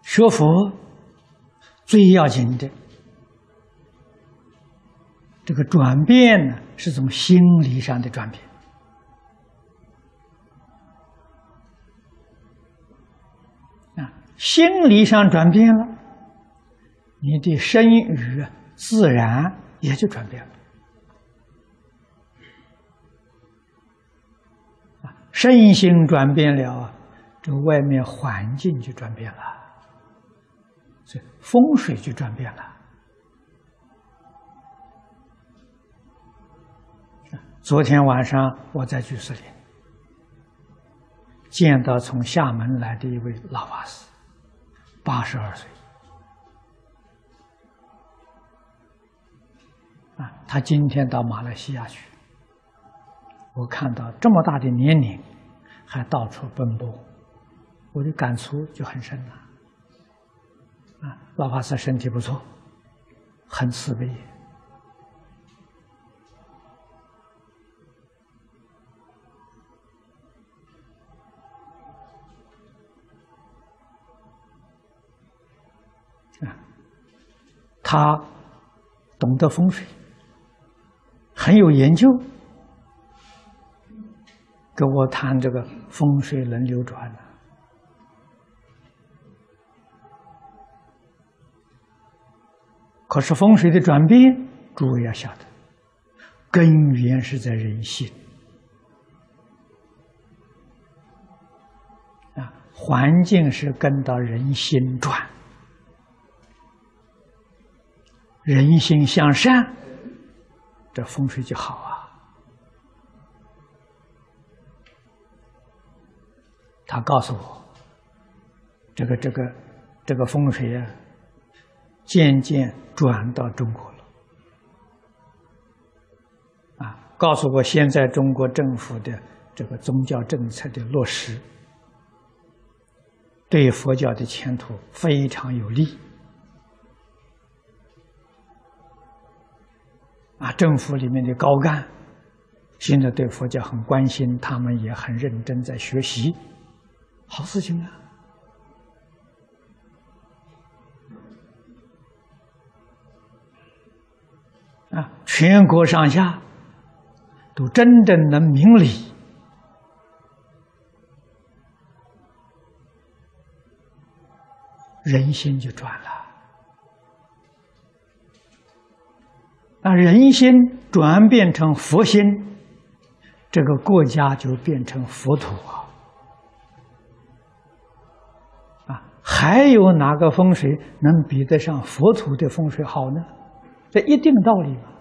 学佛最要紧的这个转变呢，是从心理上的转变。心理上转变了，你的身语自然也就转变了。身心转变了，这外面环境就转变了，所以风水就转变了。昨天晚上我在居士林见到从厦门来的一位老法师，82岁，他今天到马来西亚去，我看到这么大的年龄还到处奔波，我的感触就很深了。老法师身体不错，很慈悲。他懂得风水，很有研究，跟我谈这个风水轮流转。可是风水的转变，诸位要晓得，根源是在人心。环境是跟到人心转。人心向善，这风水就好啊。他告诉我，这个风水渐渐转到中国了。告诉我现在中国政府的这个宗教政策的落实，对佛教的前途非常有利。政府里面的高干现在对佛教很关心，他们也很认真在学习，好事情啊！全国上下都真正能明理，人心就转了。人心转变成佛心，这个国家就变成佛土还有哪个风水能比得上佛土的风水好呢？这一定道理嘛。